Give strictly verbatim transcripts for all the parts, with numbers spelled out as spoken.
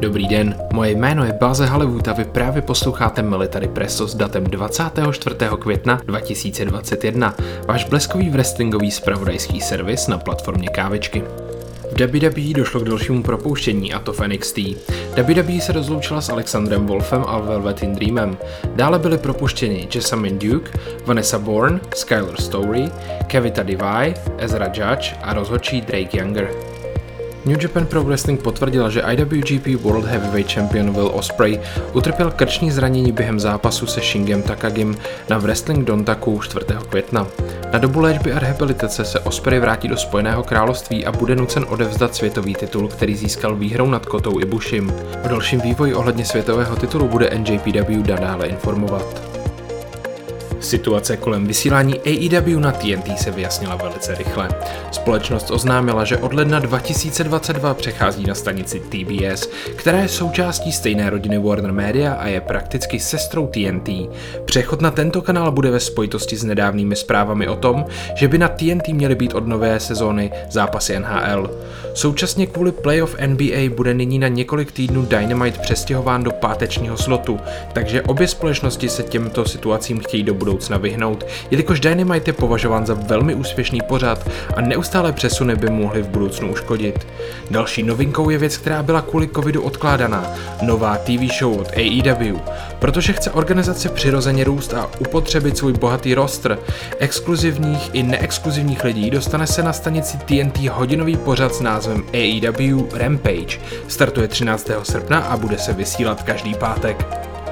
Dobrý den, moje jméno je Báze Hollywood a vy právě posloucháte Military Presso s datem dvacátého čtvrtého května dva tisíce dvacet jedna, váš bleskový wrestlingový zpravodajský servis na platformě Kávičky. V W W E došlo k dalšímu propouštění, a to v N X T. W W E se rozloučila s Alexandrem Wolfem a Velveteen Dreamem. Dále byli propuštěni Jessamyn Duke, Vanessa Bourne, Skylar Story, Kevita Divine, Ezra Judge a rozhodčí Drake Younger. New Japan Pro Wrestling potvrdila, že I W G P World Heavyweight Champion Will Ospreay utrpěl krční zranění během zápasu se Shingem Takagim na Wrestling Dontaku čtvrtého května. Na dobu léčby a rehabilitace se Ospreay vrátí do Spojeného království a bude nucen odevzdat světový titul, který získal výhrou nad Kotou Ibushim. O dalším vývoji ohledně světového titulu bude N J P W nadále informovat. Situace kolem vysílání A E W na T N T se vyjasnila velice rychle. Společnost oznámila, že od ledna dva tisíce dvacet dva přechází na stanici T B S, která je součástí stejné rodiny Warner Media a je prakticky sestrou T N T. Přechod na tento kanál bude ve spojitosti s nedávnými zprávami o tom, že by na T N T měly být od nové sezóny zápasy N H L. Současně kvůli playoff N B A bude nyní na několik týdnů Dynamite přestěhován do pátečního slotu, takže obě společnosti se těmto situacím chtějí do budoucna vyhnout, jelikož Dynamite je považován za velmi úspěšný pořad a neustále přesuny by mohly v budoucnu uškodit. Další novinkou je věc, která byla kvůli covidu odkládaná, nová T V show od A E W. Protože chce organizace přirozeně růst a upotřebit svůj bohatý roster exkluzivních i neexkluzivních lidí, dostane se na stanici T N T hodinový pořad s názvem A E W Rampage. Startuje třináctého srpna a bude se vysílat každý pátek.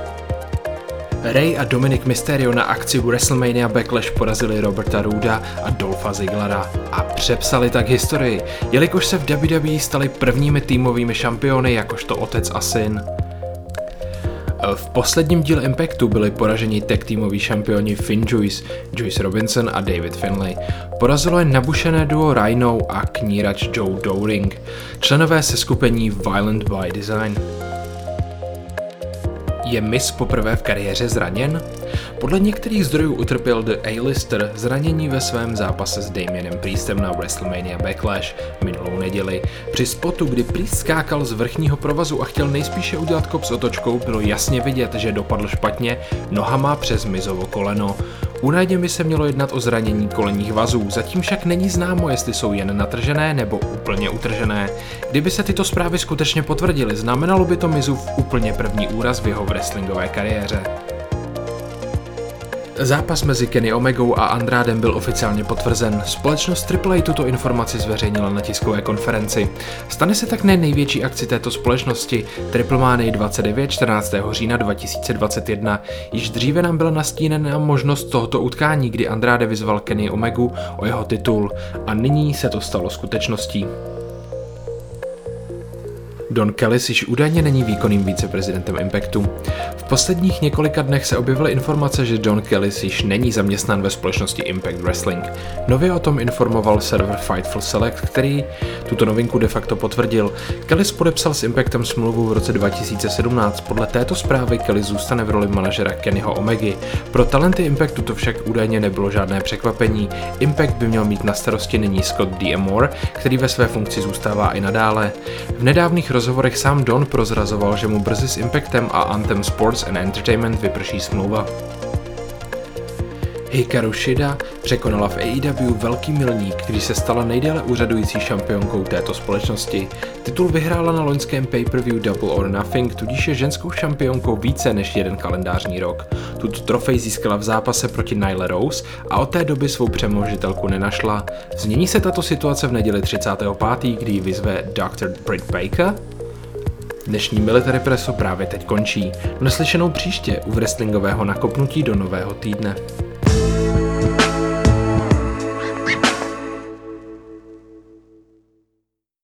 Rey a Dominic Mysterio na akci WrestleMania Backlash porazili Roberta Rooda a Dolpha Ziglera a přepsali tak historii, jelikož se v W W E stali prvními týmovými šampiony jakožto otec a syn. V posledním díle Impactu byli poraženi tag týmoví šampioni Finn Juice, Juice Robinson a David Finlay. Porazilo je nabušené duo Rhino a knírač Joe Doering, členové seskupení Violent by Design. Je Miz poprvé v kariéře zraněn? Podle některých zdrojů utrpěl The A-lister zranění ve svém zápase s Damienem Priestem na WrestleMania Backlash minulou neděli. Při spotu, kdy Priest skákal z vrchního provazu a chtěl nejspíše udělat kop s otočkou, bylo jasně vidět, že dopadl špatně nohama přes Mizovo koleno. Údajně by se mělo jednat o zranění kolenních vazů, zatím však není známo, jestli jsou jen natržené nebo úplně utržené. Kdyby se tyto zprávy skutečně potvrdily, znamenalo by to Mizův úplně první úraz v jeho wrestlingové kariéře. Zápas mezi Kenny Omegou a Andrádem byl oficiálně potvrzen. Společnost Triple A tuto informaci zveřejnila na tiskové konferenci. Stane se tak ne největší akci této společnosti, Triple Mania dvacet devět čtrnáctého října dva tisíce dvacet jedna. Již dříve nám byla nastíněna možnost tohoto utkání, kdy Andrade vyzval Kenny Omegu o jeho titul a nyní se to stalo skutečností. Don Callis již údajně není výkonným viceprezidentem Impactu. V posledních několika dnech se objevily informace, že Don Callis již není zaměstnán ve společnosti Impact Wrestling. Nově o tom informoval server Fightful Select, který tuto novinku de facto potvrdil. Callis podepsal s Impactem smlouvu v roce dva tisíce sedmnáct. Podle této zprávy Callis zůstane v roli manažera Kennyho Omegy. Pro talenty Impactu to však údajně nebylo žádné překvapení. Impact by měl mít na starosti nyní Scott D. Moore, který ve své funkci zůstává i nadále. V nedávných rozhovorech sám Don prozrazoval, že mu brzy s Impactem a Anthem Sports and Entertainment vyprší smlouva. Hikaru Shida překonala v A E W velký milník, když se stala nejdéle úřadující šampionkou této společnosti. Titul vyhrála na loňském pay-per-view Double or Nothing, tudíž je ženskou šampionkou více než jeden kalendářní rok. Tuto trofej získala v zápase proti Nyla Rose a od té doby svou přemožitelku nenašla. Změní se tato situace v neděli třicátého pátého kdy ji vyzve doktor Britt Baker? Dnešní Military Presso právě teď končí. Naslyšenou příště u wrestlingového nakopnutí do nového týdne.